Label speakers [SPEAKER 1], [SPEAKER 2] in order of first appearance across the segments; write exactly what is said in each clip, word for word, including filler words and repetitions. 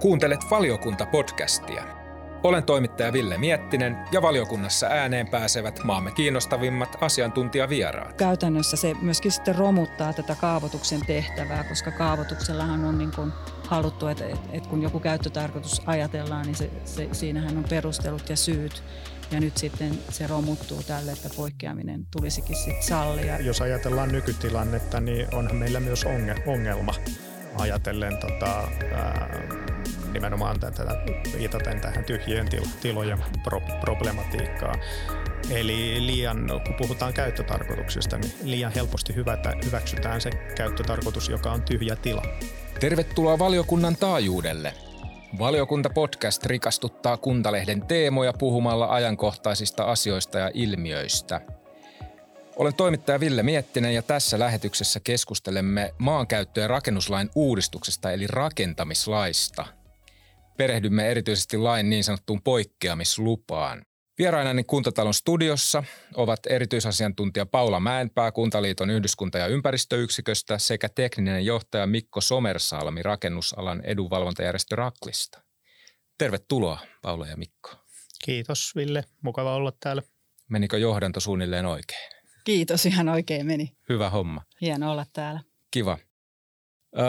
[SPEAKER 1] Kuuntelet Valiokunta-podcastia. Olen toimittaja Ville Miettinen ja valiokunnassa ääneen pääsevät maamme kiinnostavimmat asiantuntijavieraat.
[SPEAKER 2] Käytännössä se myöskin sitten romuttaa tätä kaavoituksen tehtävää, koska kaavoituksellahan on niin kuin haluttu, että, että kun joku käyttötarkoitus ajatellaan, niin se, se, siinähän on perustelut ja syyt. Ja nyt sitten se romuttuu tälle, että poikkeaminen tulisikin sitten sallia.
[SPEAKER 3] Jos ajatellaan nykytilannetta, niin onhan meillä myös ongelma ajatellen tota, ää, nimenomaan tätä, viitaten tähän tyhjien tilojen pro- problematiikkaan. Eli liian, kun puhutaan käyttötarkoituksesta, niin liian helposti hyvätä, hyväksytään se käyttötarkoitus, joka on tyhjä tila.
[SPEAKER 1] Tervetuloa valiokunnan taajuudelle. Valiokunta-podcast rikastuttaa Kuntalehden teemoja puhumalla ajankohtaisista asioista ja ilmiöistä. Olen toimittaja Ville Miettinen ja tässä lähetyksessä keskustelemme maankäyttö- ja rakennuslain uudistuksesta eli rakentamislaista. Perehdymme erityisesti lain niin sanottuun poikkeamislupaan. Vierainani Kuntatalon studiossa ovat erityisasiantuntija Paula Mäenpää Kuntaliiton yhdyskunta- ja ympäristöyksiköstä sekä tekninen johtaja Mikko Somersalmi rakennusalan edunvalvontajärjestö Raklista. Tervetuloa Paula ja Mikko.
[SPEAKER 3] Kiitos Ville, mukava olla täällä.
[SPEAKER 1] Menikö johdanto suunnilleen oikein?
[SPEAKER 2] Kiitos, ihan oikein meni.
[SPEAKER 1] Hyvä homma.
[SPEAKER 2] Hieno olla täällä.
[SPEAKER 1] Kiva. Öö,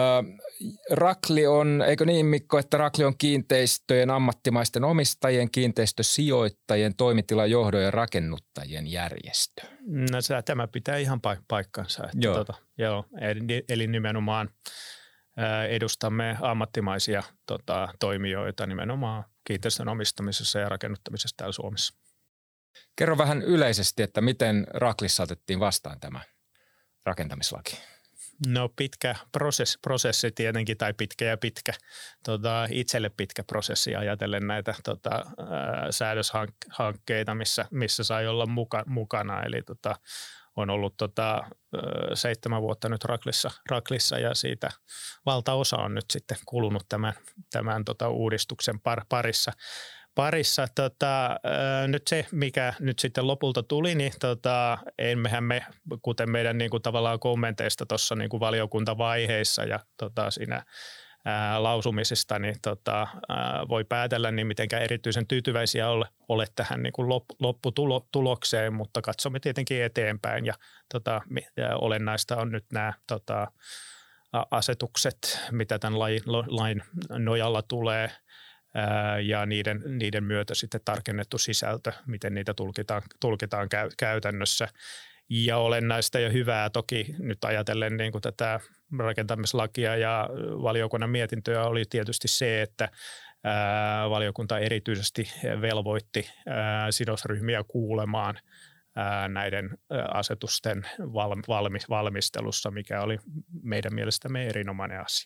[SPEAKER 1] Rakli on, eikö niin Mikko, että Rakli on kiinteistöjen ammattimaisten omistajien, kiinteistösijoittajien, toimitilajohdon ja rakennuttajien järjestö?
[SPEAKER 3] No tämä pitää ihan paik- paikkansa. Että
[SPEAKER 1] joo.
[SPEAKER 3] Tota, joo, eli nimenomaan ää, edustamme ammattimaisia tota, toimijoita nimenomaan kiinteistön omistamisessa ja rakennuttamisessa täällä Suomessa.
[SPEAKER 1] Kerro vähän yleisesti, että miten Raklissa otettiin vastaan tämä rakentamislaki?
[SPEAKER 3] No pitkä prosessi, prosessi tietenkin, tai pitkä ja pitkä, tota, itselle pitkä prosessi ajatellen näitä tota, ää, säädöshankkeita, missä, missä sai olla muka, mukana. Eli tota, on ollut tota, ää, seitsemän vuotta nyt Raklissa, Raklissa ja siitä valtaosa on nyt sitten kulunut tämän, tämän tota, uudistuksen par, parissa. Parissa tota, nyt se, mikä nyt sitten lopulta tuli, niin tota, emmehän me, kuten meidän niin kuin tavallaan kommenteista tuossa niin kuin valiokuntavaiheissa ja tota, siinä ää, lausumisista, niin tota, ää, voi päätellä, niin mitenkään erityisen tyytyväisiä ole, ole tähän niin kuin lop, lopputulokseen, mutta katsomme tietenkin eteenpäin ja, tota, ja olennaista on nyt nämä tota, asetukset, mitä tämän lain, lain nojalla tulee, ja niiden, niiden myötä sitten tarkennettu sisältö, miten niitä tulkitaan, tulkitaan käy, käytännössä. Ja olennaista ja hyvää toki nyt ajatellen niin kuin tätä rakentamislakia ja valiokunnan mietintöä oli tietysti se, että ää, valiokunta erityisesti velvoitti ää, sidosryhmiä kuulemaan ää, näiden ää, asetusten valmi, valmistelussa, mikä oli meidän mielestämme erinomainen asia.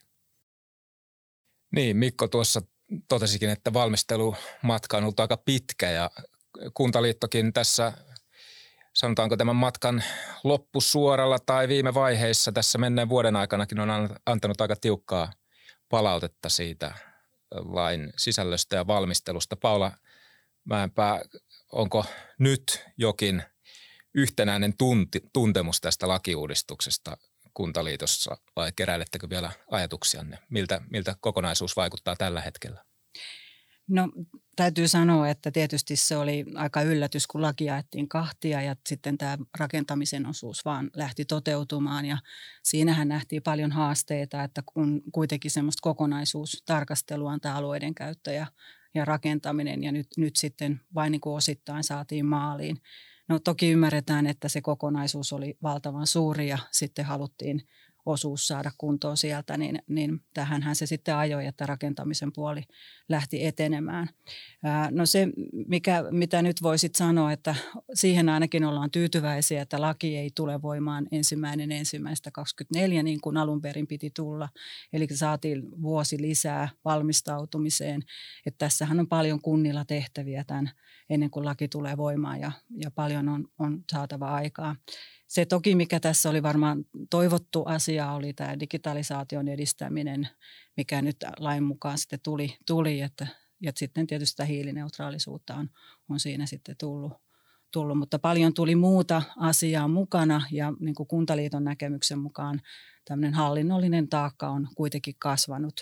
[SPEAKER 1] Niin, Mikko tuossa totesikin, että valmistelumatka on ollut aika pitkä ja Kuntaliittokin tässä, sanotaanko tämän matkan loppusuoralla tai viime vaiheissa tässä menneen vuoden aikanakin on antanut aika tiukkaa palautetta siitä lain sisällöstä ja valmistelusta. Paula Mäenpää, onko nyt jokin yhtenäinen tunti, tuntemus tästä lakiuudistuksesta Kuntaliitossa vai keräilettekö vielä ajatuksianne? Miltä, miltä kokonaisuus vaikuttaa tällä hetkellä?
[SPEAKER 2] No täytyy sanoa, että tietysti se oli aika yllätys, kun laki jaettiin kahtia ja sitten tämä rakentamisen osuus vaan lähti toteutumaan. Ja siinähän nähtiin paljon haasteita, että kun kuitenkin semmoista kokonaisuustarkastelua on tämä alueiden käyttö ja, ja rakentaminen ja nyt, nyt sitten vain niin kuin osittain saatiin maaliin. No toki ymmärretään, että se kokonaisuus oli valtavan suuri ja sitten haluttiin osuus saada kuntoon sieltä, niin, niin tähänhän se sitten ajoi, että rakentamisen puoli lähti etenemään. Ää, no se, mikä, mitä nyt voisit sanoa, että siihen ainakin ollaan tyytyväisiä, että laki ei tule voimaan ensimmäinen ensimmäistä kaksikymmentäneljä niin kuin alun perin piti tulla. Eli saatiin vuosi lisää valmistautumiseen, että tässähän on paljon kunnilla tehtäviä tämän ennen kuin laki tulee voimaan ja, ja paljon on, on saatava aikaa. Se toki, mikä tässä oli varmaan toivottu asia, oli tämä digitalisaation edistäminen, mikä nyt lain mukaan sitten tuli, tuli että, ja sitten tietysti sitä hiilineutraalisuutta on, on siinä sitten tullut, tullut. Mutta paljon tuli muuta asiaa mukana ja niin kuin Kuntaliiton näkemyksen mukaan tämmöinen hallinnollinen taakka on kuitenkin kasvanut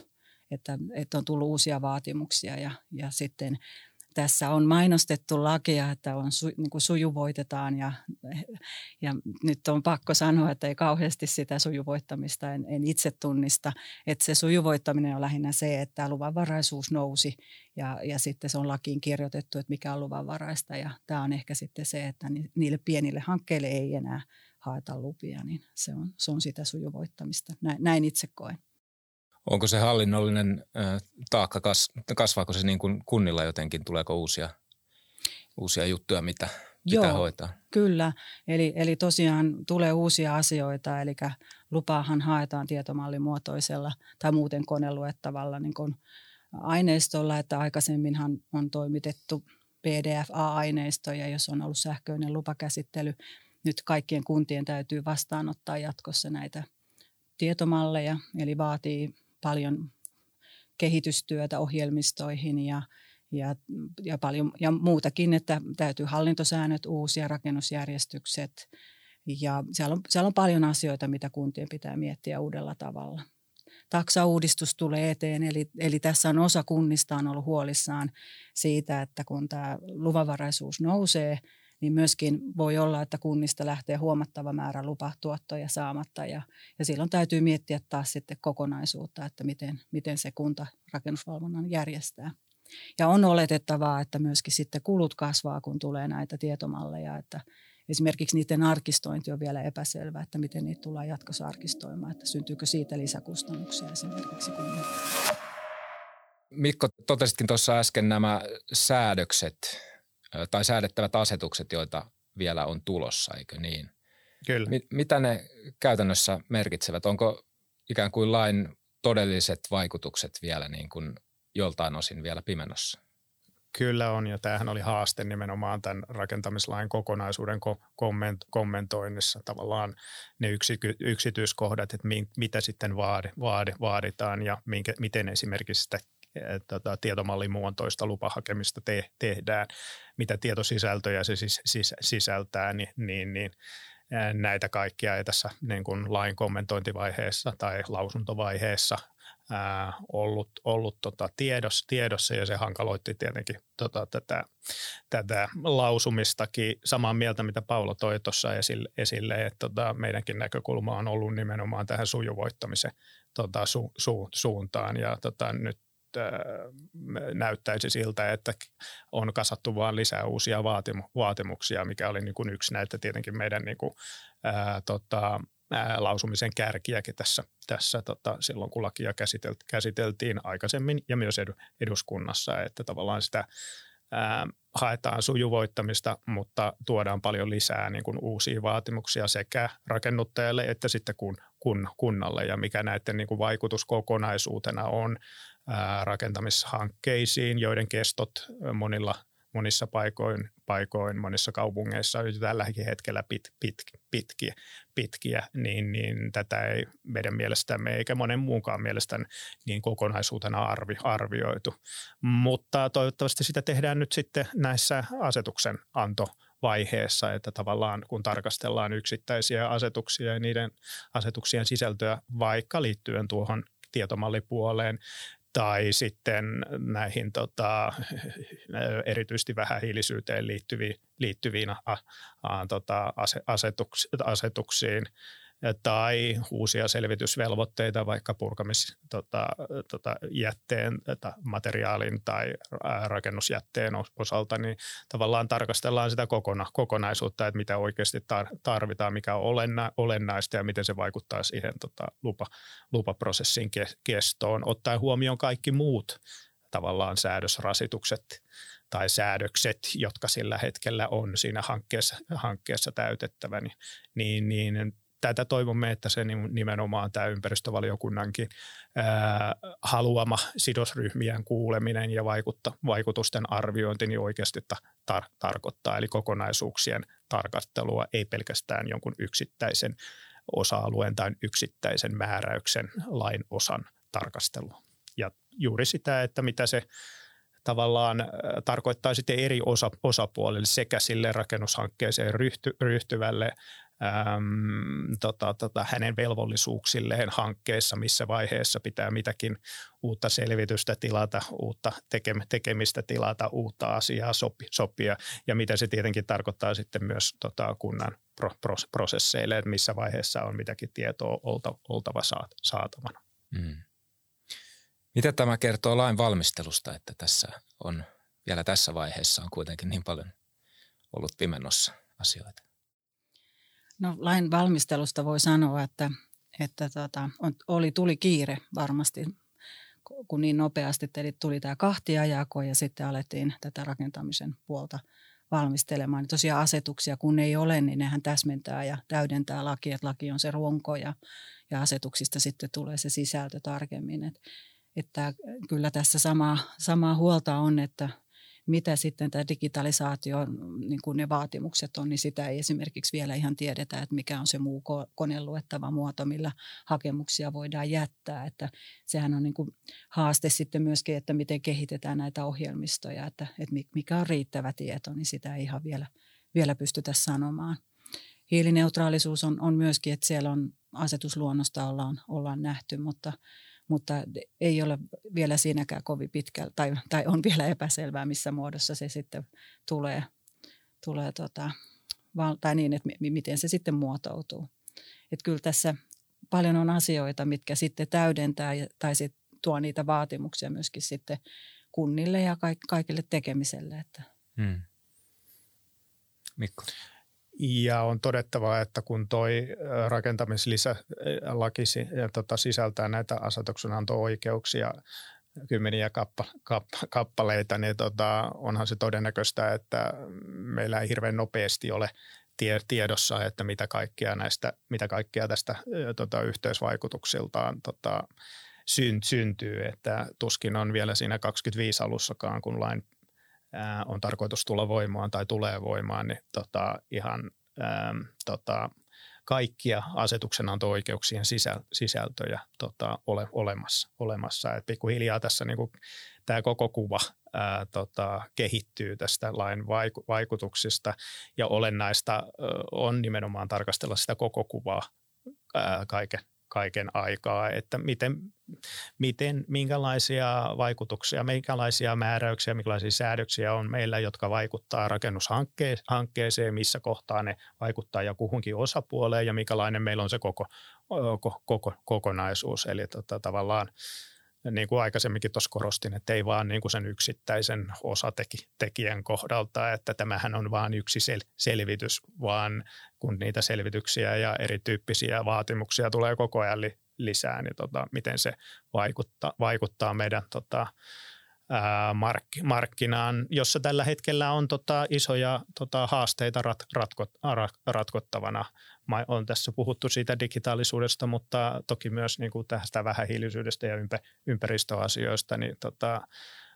[SPEAKER 2] että, että on tullut uusia vaatimuksia ja, ja sitten tässä on mainostettu lakia, että on su, niin kuin sujuvoitetaan ja, ja nyt on pakko sanoa, että ei kauheasti sitä sujuvoittamista en, en itse tunnista. Että se sujuvoittaminen on lähinnä se, että luvanvaraisuus nousi ja, ja sitten se on lakiin kirjoitettu, että mikä on luvanvaraista. Ja tämä on ehkä sitten se, että niille pienille hankkeille ei enää haeta lupia, niin se on, se on sitä sujuvoittamista. Näin, näin itse koen.
[SPEAKER 1] Onko se hallinnollinen äh, taakka, kas, kasvaako se niin kuin kunnilla jotenkin, tuleeko uusia, uusia juttuja, mitä pitää
[SPEAKER 2] Joo,
[SPEAKER 1] hoitaa?
[SPEAKER 2] Kyllä, eli, eli tosiaan tulee uusia asioita, eli lupaahan haetaan tietomallimuotoisella tai muuten koneluettavalla niin kuin aineistolla, että aikaisemminhan on toimitettu P D F A-aineistoja, jos on ollut sähköinen lupakäsittely. Nyt kaikkien kuntien täytyy vastaanottaa jatkossa näitä tietomalleja, eli vaatii paljon kehitystyötä ohjelmistoihin ja, ja, ja paljon ja muutakin, että täytyy hallintosäännöt uusia, rakennusjärjestykset ja siellä on, siellä on paljon asioita, mitä kuntien pitää miettiä uudella tavalla. Taksauudistus tulee eteen, eli, eli tässä on osa kunnista on ollut huolissaan siitä, että kun tämä luvanvaraisuus nousee, niin myöskin voi olla, että kunnista lähtee huomattava määrä lupatuottoja saamatta ja, ja silloin täytyy miettiä taas sitten kokonaisuutta, että miten, miten se kunta rakennusvalvonnan järjestää. Ja on oletettavaa, että myöskin sitten kulut kasvaa, kun tulee näitä tietomalleja, että esimerkiksi niiden arkistointi on vielä epäselvä, että miten niitä tullaan jatkossa arkistoimaan, että syntyykö siitä lisäkustannuksia esimerkiksi kunnille.
[SPEAKER 1] Mikko, totesitkin tuossa äsken nämä säädökset tai säädettävät asetukset, joita vielä on tulossa, eikö niin?
[SPEAKER 3] Kyllä.
[SPEAKER 1] Mitä ne käytännössä merkitsevät? Onko ikään kuin lain todelliset vaikutukset vielä niin kuin joltain osin vielä pimennossa?
[SPEAKER 3] Kyllä on, ja tämähän oli haaste nimenomaan tämän rakentamislain kokonaisuuden kommentoinnissa. Tavallaan ne yksityiskohdat, että mitä sitten vaaditaan ja minkä, miten esimerkiksi sitä Tota, tietomallimuotoista lupahakemista te, tehdään, mitä tietosisältöjä se sis, sis, sisältää, niin, niin, niin näitä kaikkia ei tässä niin kuin lain kommentointivaiheessa tai lausuntovaiheessa ää, ollut, ollut tota, tiedossa, tiedossa ja se hankaloitti tietenkin tota, tätä, tätä lausumistakin. Samaa mieltä, mitä Paula toi tuossa esille, esille että tota, meidänkin näkökulma on ollut nimenomaan tähän sujuvoittamisen tota, su, su, suuntaan ja tota, nyt näyttäisi siltä, että on kasattu vaan lisää uusia vaatimu- vaatimuksia, mikä oli niin kuin yksi näitä tietenkin meidän niin kuin, ää, tota, ää, lausumisen kärkiäkin tässä, tässä tota, silloin, kun lakia käsitel- käsiteltiin aikaisemmin ja myös edu- eduskunnassa, että tavallaan sitä ää, haetaan sujuvoittamista, mutta tuodaan paljon lisää niin kuin uusia vaatimuksia sekä rakennuttajalle että sitten kun, kun, kunnalle ja mikä näiden niin kuin vaikutus kokonaisuutena on ää, rakentamishankkeisiin, joiden kestot monilla, monissa paikoin, paikoin, monissa kaupungeissa on tälläkin hetkellä pit, pit, pitkiä, pitkiä niin, niin tätä ei meidän mielestämme eikä monen muunkaan mielestä niin kokonaisuutena arvi, arvioitu. Mutta toivottavasti sitä tehdään nyt sitten näissä asetuksen anto vaiheessa, että tavallaan kun tarkastellaan yksittäisiä asetuksia ja niiden asetuksien sisältöä vaikka liittyen tuohon tietomallipuoleen tai sitten näihin tota, erityisesti vähähiilisyyteen liittyviin, liittyviin a, a, tota, asetuks, asetuksiin tai uusia selvitysvelvoitteita vaikka purkamis tota, tota, jätteen tai materiaalin tai rakennusjätteen osalta, niin tavallaan tarkastellaan sitä kokona, kokonaisuutta, että mitä oikeasti tar- tarvitaan, mikä on olenna, olennaista ja miten se vaikuttaa siihen tota, lupa, lupaprosessin ke- kestoon, ottaen huomioon kaikki muut tavallaan säädösrasitukset tai säädökset, jotka sillä hetkellä on siinä hankkeessa, hankkeessa täytettävä, niin, niin tätä toivomme, että se nimenomaan tämä ympäristövaliokunnankin ää, haluama sidosryhmien kuuleminen ja vaikutta, vaikutusten arviointi niin oikeasti tar- tarkoittaa, eli kokonaisuuksien tarkastelua, ei pelkästään jonkun yksittäisen osa-alueen tai yksittäisen määräyksen lain osan tarkastelua. Ja juuri sitä, että mitä se tavallaan äh, tarkoittaa sitten eri osa, osapuolille sekä sille rakennushankkeeseen ryhty, ryhtyvälle äm, tota, tota, hänen velvollisuuksilleen hankkeessa, missä vaiheessa pitää mitäkin uutta selvitystä tilata, uutta tekemistä tilata, uutta asiaa sopi, sopia ja mitä se tietenkin tarkoittaa sitten myös tota, kunnan pro, pro, prosesseille, että missä vaiheessa on mitäkin tietoa olta, oltava saatavana.
[SPEAKER 1] Mm. Mitä tämä kertoo lain valmistelusta, että tässä on vielä tässä vaiheessa on kuitenkin niin paljon ollut pimennossa asioita?
[SPEAKER 2] No lain valmistelusta voi sanoa, että, että tota, on, oli, tuli kiire varmasti, kun niin nopeasti eli tuli tämä kahtiajako ja sitten alettiin tätä rakentamisen puolta valmistelemaan. Ja tosiaan asetuksia kun ei ole, niin nehän täsmentää ja täydentää lakia, että laki on se runko ja, ja asetuksista sitten tulee se sisältö tarkemmin. Et, että kyllä tässä samaa, samaa huolta on, että mitä sitten tämä digitalisaatio, niin kuin ne vaatimukset on, niin sitä ei esimerkiksi vielä ihan tiedetä, että mikä on se muu koneluettava muoto, millä hakemuksia voidaan jättää. Että sehän on niin kuin haaste sitten myöskin, että miten kehitetään näitä ohjelmistoja, että, että mikä on riittävä tieto, niin sitä ei ihan vielä, vielä pystytä sanomaan. Hiilineutraalisuus on, on myöskin, että siellä on asetusluonnosta ollaan, ollaan nähty, mutta Mutta ei ole vielä siinäkään kovin pitkällä, tai, tai on vielä epäselvää, missä muodossa se sitten tulee, tulee tota, tai niin, että m- miten se sitten muotoutuu. Että kyllä tässä paljon on asioita, mitkä sitten täydentää tai sit tuo niitä vaatimuksia myöskin sitten kunnille ja kaikille tekemiselle. Että.
[SPEAKER 1] Hmm. Mikko?
[SPEAKER 3] Ja on todettava, että kun toi rakentamislisälaki tota, sisältää näitä asetuksenanto-oikeuksia, kymmeniä kappa, kappa, kappaleita, niin tota, onhan se todennäköistä, että meillä ei hirveän nopeasti ole tie, tiedossa, että mitä kaikkea, näistä, mitä kaikkea tästä tota, yhteisvaikutuksiltaan tota, syntyy. Että tuskin on vielä siinä kaksikymmentäviisi alussakaan, kun lain on tarkoitus tulla voimaan tai tulee voimaan, niin tota, ihan ää, tota, kaikkia asetuksenanto-oikeuksien sisä, sisältöjä tota, ole olemassa. olemassa. Et pikkuhiljaa tässä niin kuin, tämä koko kuva ää, tota, kehittyy tästä lain vaiku, vaikutuksista ja olennaista ää, on nimenomaan tarkastella sitä koko kuvaa ää, kaiken, kaiken aikaa, että miten, miten, minkälaisia vaikutuksia, minkälaisia määräyksiä, minkälaisia säädöksiä on meillä, jotka vaikuttaa rakennushankkeeseen, missä kohtaa ne vaikuttaa ja kuhunkin osapuoleen ja minkälainen meillä on se koko, koko, kokonaisuus. Eli tota, tavallaan niin kuin aikaisemminkin tuossa korostin, että ei vaan niin kuin sen yksittäisen osatekijän kohdalta, että tämähän on vain yksi sel- selvitys, vaan kun niitä selvityksiä ja erityyppisiä vaatimuksia tulee koko ajan li- lisää, niin tota, miten se vaikuttaa, vaikuttaa meidän tota, ää, mark- markkinaan, jossa tällä hetkellä on tota, isoja tota, haasteita rat- ratkot- rat- ratkottavana. Mä on tässä puhuttu siitä digitaalisuudesta, mutta toki myös niin kuin tästä vähähiilisyydestä ja ympä, ympäristöasioista, niin tota,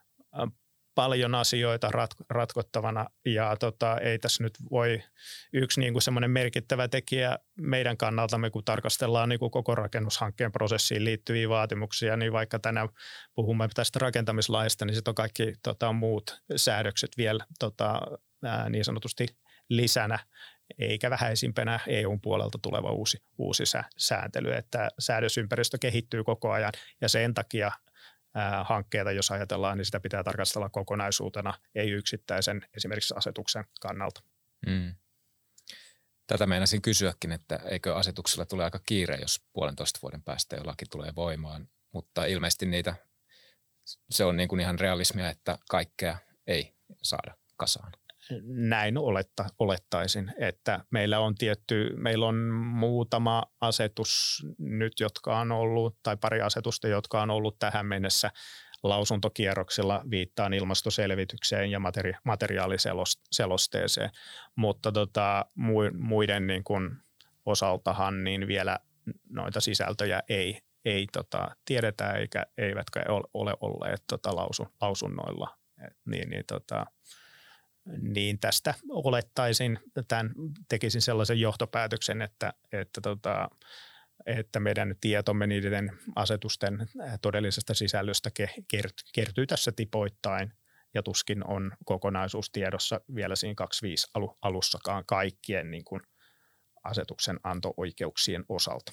[SPEAKER 3] paljon asioita rat, ratkottavana ja tota, ei tässä nyt voi yksi niin kuin semmoinen merkittävä tekijä meidän kannaltamme, kun tarkastellaan niin kuin koko rakennushankkeen prosessiin liittyviä vaatimuksia, niin vaikka tänään puhumme tästä rakentamislaista, niin sitten on kaikki tota, muut säädökset vielä tota, ää, niin sanotusti lisänä, eikä vähäisimpänä E U:n puolelta tuleva uusi, uusi sääntely, että säädösympäristö kehittyy koko ajan ja sen takia ää, hankkeita, jos ajatellaan, niin sitä pitää tarkastella kokonaisuutena, ei yksittäisen esimerkiksi asetuksen kannalta.
[SPEAKER 1] Mm. Tätä meinasin kysyäkin, että eikö asetuksella tule aika kiire, jos puolentoista vuoden päästä jo laki tulee voimaan, mutta ilmeisesti niitä, se on niin kuin ihan realismia, että kaikkea ei saada kasaan.
[SPEAKER 3] Näin oletta, olettaisin, että meillä on tietty, meillä on muutama asetus nyt, jotka on ollut, tai pari asetusta, jotka on ollut tähän mennessä lausuntokierroksilla, viittaan ilmastoselvitykseen ja materi, materiaaliselosteeseen, mutta tota, muiden niin kuin osaltahan niin vielä noita sisältöjä ei, ei tota, tiedetä eikä, eivätkä ole olleet tota, lausun, lausunnoilla, Et, niin, niin tota, niin tästä olettaisin, tämän tekisin sellaisen johtopäätöksen, että, että, tota, että meidän tietomme niiden asetusten todellisesta sisällöstä kertyy tässä tipoittain ja tuskin on kokonaisuus tiedossa vielä siinä kaksikymmentäviisi alussakaan kaikkien niin kuin asetuksen anto-oikeuksien osalta.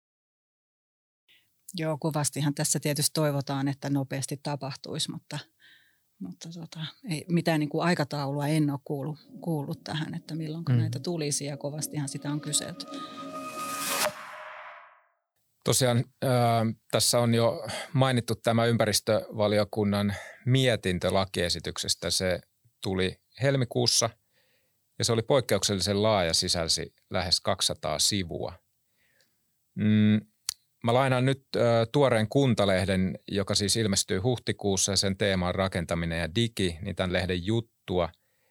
[SPEAKER 2] Joo, kovastihan tässä tietysti toivotaan, että nopeasti tapahtuisi, mutta, mutta tota, ei, mitään niin kuin aikataulua en ole kuullut, kuullut tähän, että milloin mm. näitä tulisi ja kovastihan sitä on kyselty.
[SPEAKER 1] Tosiaan äh, tässä on jo mainittu tämä ympäristövaliokunnan mietintö lakiesityksestä. Se tuli helmikuussa ja se oli poikkeuksellisen laaja, sisälsi lähes kaksisataa sivua. Mm, mä lainaan nyt äh, tuoreen Kuntalehden, joka siis ilmestyy huhtikuussa ja sen teema on rakentaminen ja digi, niin tämän lehden juttua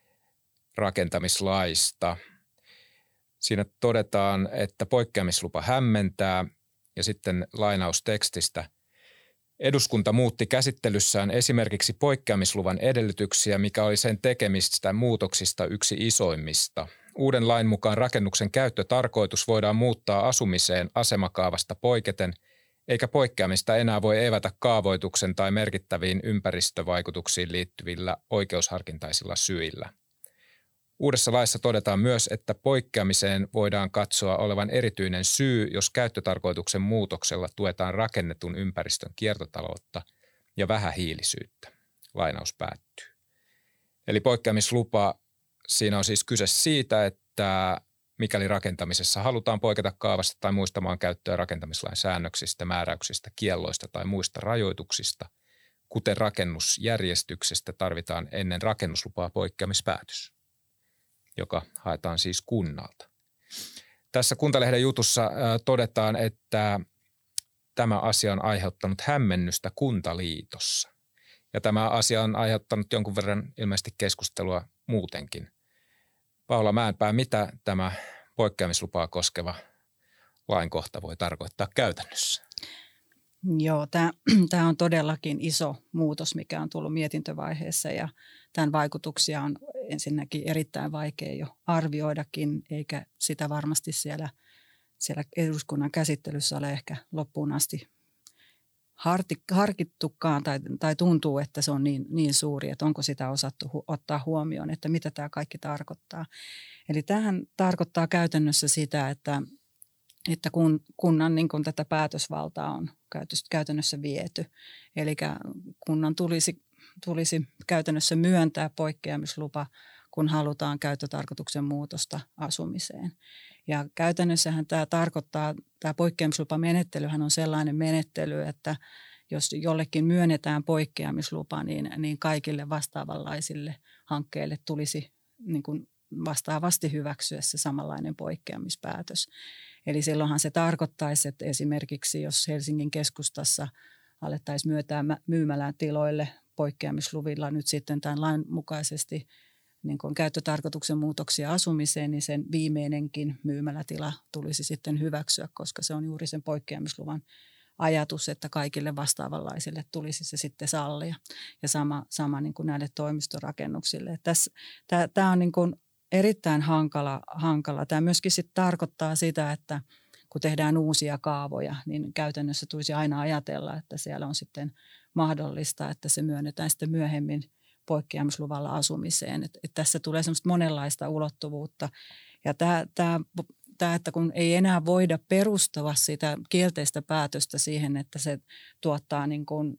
[SPEAKER 1] rakentamislaista. Siinä todetaan, että poikkeamislupa hämmentää. Ja sitten lainaus tekstistä. Eduskunta muutti käsittelyssään esimerkiksi poikkeamisluvan edellytyksiä, mikä oli sen tekemistä muutoksista yksi isoimmista. Uuden lain mukaan rakennuksen käyttötarkoitus voidaan muuttaa asumiseen asemakaavasta poiketen, eikä poikkeamista enää voi evätä kaavoituksen tai merkittäviin ympäristövaikutuksiin liittyvillä oikeusharkintaisilla syillä. Uudessa laissa todetaan myös, että poikkeamiseen voidaan katsoa olevan erityinen syy, jos käyttötarkoituksen muutoksella tuetaan rakennetun ympäristön kiertotaloutta ja vähähiilisyyttä. Lainaus päättyy. Eli poikkeamislupa, siinä on siis kyse siitä, että mikäli rakentamisessa halutaan poiketa kaavasta tai muista maankäyttö- ja rakentamislain säännöksistä, määräyksistä, kielloista tai muista rajoituksista, kuten rakennusjärjestyksestä, tarvitaan ennen rakennuslupaa poikkeamispäätös, joka haetaan siis kunnalta. Tässä Kuntalehden jutussa todetaan, että tämä asia on aiheuttanut hämmennystä Kuntaliitossa. Ja tämä asia on aiheuttanut jonkun verran ilmeisesti keskustelua muutenkin. Paula Mäenpää, mitä tämä poikkeamislupaa koskeva lainkohta voi tarkoittaa käytännössä?
[SPEAKER 2] Joo, tämä, tämä on todellakin iso muutos, mikä on tullut mietintövaiheessa ja tämän vaikutuksia on ensinnäkin erittäin vaikea jo arvioidakin, eikä sitä varmasti siellä, siellä eduskunnan käsittelyssä ole ehkä loppuun asti harkittukaan tai, tai tuntuu, että se on niin, niin suuri, että onko sitä osattu hu- ottaa huomioon, että mitä tämä kaikki tarkoittaa. Eli tämähän tarkoittaa käytännössä sitä, että että kun kunnan niin kun tätä päätösvaltaa on käytännössä viety. Eli kunnan tulisi, tulisi käytännössä myöntää poikkeamislupa, kun halutaan käyttötarkoituksen muutosta asumiseen. Ja käytännössähän tämä tarkoittaa, tämä poikkeamislupamenettelyhän on sellainen menettely, että jos jollekin myönnetään poikkeamislupa, niin, niin kaikille vastaavanlaisille hankkeille tulisi niin kuin vastaavasti hyväksyä se samanlainen poikkeamispäätös. Eli silloinhan se tarkoittaisi, että esimerkiksi jos Helsingin keskustassa alettaisiin myöntää myymälän tiloille poikkeamisluvilla nyt sitten tämän lain mukaisesti niin kuin käyttötarkoituksen muutoksia asumiseen, niin sen viimeinenkin myymälätila tulisi sitten hyväksyä, koska se on juuri sen poikkeamisluvan ajatus, että kaikille vastaavanlaisille tulisi se sitten sallia. Ja sama, sama niin kuin näille toimistorakennuksille. Tämä on niin kuin erittäin hankala, hankala. Tämä myöskin sit tarkoittaa sitä, että kun tehdään uusia kaavoja, niin käytännössä tulisi aina ajatella, että siellä on sitten mahdollista, että se myönnetään sitten myöhemmin poikkeamisluvalla asumiseen. Et, et tässä tulee semmoista monenlaista ulottuvuutta. Ja tämä, tämä, tämä, että kun ei enää voida perustua sitä kielteistä päätöstä siihen, että se tuottaa niin kuin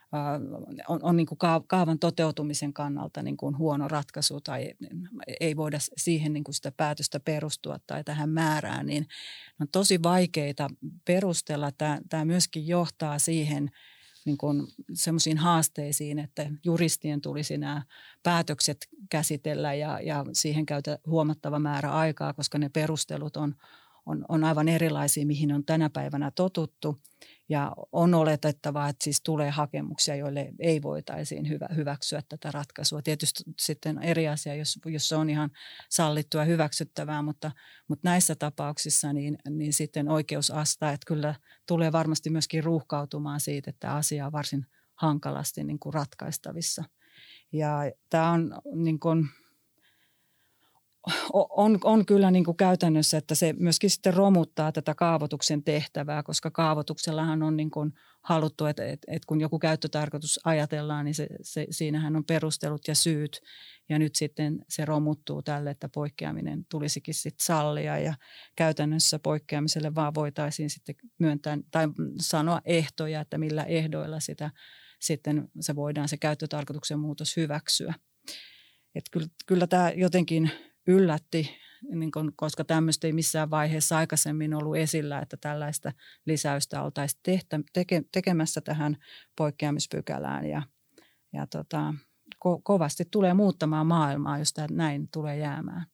[SPEAKER 2] on, on niin kuin kaavan toteutumisen kannalta niin kuin huono ratkaisu tai ei voida siihen niin kuin sitä päätöstä perustua tai tähän määrään, niin on tosi vaikeita perustella. Tämä, tämä myöskin johtaa siihen niin kuin semmoisiin haasteisiin, että juristien tulisi nämä päätökset käsitellä ja, ja siihen käytä huomattava määrä aikaa, koska ne perustelut on, on, on aivan erilaisia, mihin on tänä päivänä totuttu. Ja on oletettavaa, että siis tulee hakemuksia, joille ei voitaisiin hyvä, hyväksyä tätä ratkaisua. Tietysti sitten eri asia, jos, jos se on ihan sallittua ja hyväksyttävää, mutta, mutta näissä tapauksissa niin, niin sitten oikeus astaa, että kyllä tulee varmasti myöskin ruuhkautumaan siitä, että asia on varsin hankalasti niin kuin ratkaistavissa. Ja tämä on niin kuin on, on kyllä niin kuin käytännössä, että se myöskin sitten romuttaa tätä kaavoituksen tehtävää, koska kaavoituksellahan on niin kuin haluttu, että, että, että kun joku käyttötarkoitus ajatellaan, niin se, se, siinähän on perustelut ja syyt. Ja nyt sitten se romuttuu tälle, että poikkeaminen tulisikin sitten sallia ja käytännössä poikkeamiselle vaan voitaisiin sitten myöntää tai sanoa ehtoja, että millä ehdoilla sitä sitten se voidaan se käyttötarkoituksen muutos hyväksyä. Että kyllä, kyllä tämä jotenkin yllätti, niin kun, koska tämmöistä ei missään vaiheessa aikaisemmin ollut esillä, että tällaista lisäystä oltaisiin tehtä, teke, tekemässä tähän poikkeamispykälään. Ja, ja tota, ko, kovasti tulee muuttamaan maailmaa, jos tämä näin tulee jäämään.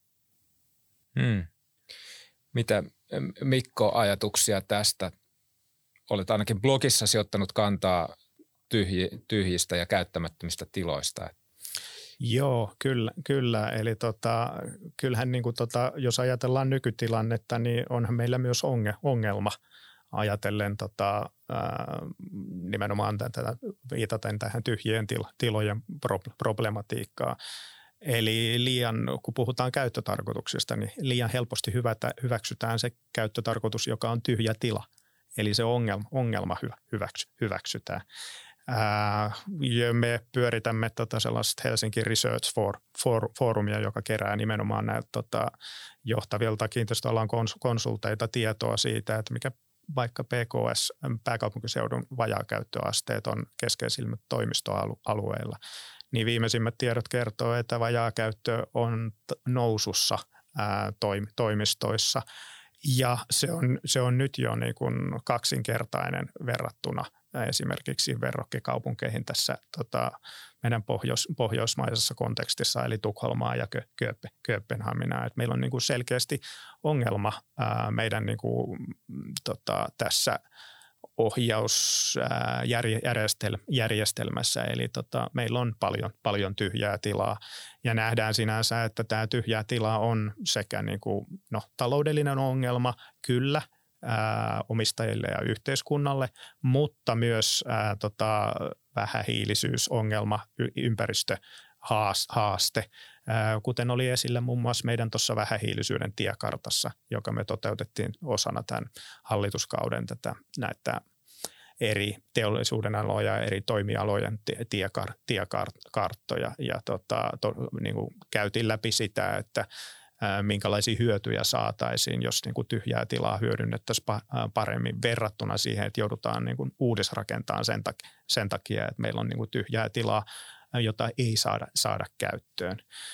[SPEAKER 1] Hmm. Mitä Mikko ajatuksia tästä? Olet ainakin blogissasi ottanut kantaa tyhji, tyhjistä ja käyttämättömistä tiloista.
[SPEAKER 3] Joo, kyllä. kyllä. Eli tota, kyllähän niin kuin tota, jos ajatellaan nykytilannetta, niin onhan meillä myös ongelma ajatellen tota, ää, nimenomaan tätä, viitaten tähän tyhjien tilo, tilojen problematiikkaa. Eli liian, kun puhutaan käyttötarkoituksesta, niin liian helposti hyvätä, hyväksytään se käyttötarkoitus, joka on tyhjä tila. Eli se ongelma, ongelma hyväksy, hyväksytään. Ää, me pyöritämme tota sellaista Helsinki Research for, for, Forumia, joka kerää nimenomaan näitä tota, johtavilta kiinteistöalan kons, konsulteita tietoa siitä, että mikä vaikka P K S, pääkaupunkiseudun vajaakäyttöasteet on keskeisimmät toimistoalueilla. Niin viimeisimmät tiedot kertoo, että vajaakäyttö on nousussa ää, toim, toimistoissa ja se on, se on nyt jo niin kuin kaksinkertainen verrattuna esimerkiksi verrokkikaupunkeihin tässä tota, meidän pohjois, pohjoismaisessa kontekstissa, eli Tukholmaa ja Kö, Kööpe, Kööpenhaminaa. Et meillä on niin kuin selkeästi ongelma ää, meidän niin kuin, tota, tässä ohjausjärjestelmässä, eli tota, meillä on paljon, paljon tyhjää tilaa ja nähdään sinänsä, että tämä tyhjää tila on sekä niin kuin, no, taloudellinen ongelma, kyllä, ää, omistajille ja yhteiskunnalle, mutta myös ää, tota, vähähiilisyysongelma, ympäristöhaaste, ää, kuten oli esillä muun muassa meidän tuossa vähähiilisyyden tiekartassa, joka me toteutettiin osana tämän hallituskauden tätä näitä eri teollisuuden aloja ja eri toimialojen tiekar, tiekarttoja ja tota, to, niin kuin käytiin läpi sitä, että ää, minkälaisia hyötyjä saataisiin, jos niin kuin tyhjää tilaa hyödynnettäisiin paremmin verrattuna siihen, että joudutaan niin kuin uudisrakentamaan sen takia, sen takia, että meillä on niin kuin tyhjää tilaa, jota ei saada, saada käyttöön.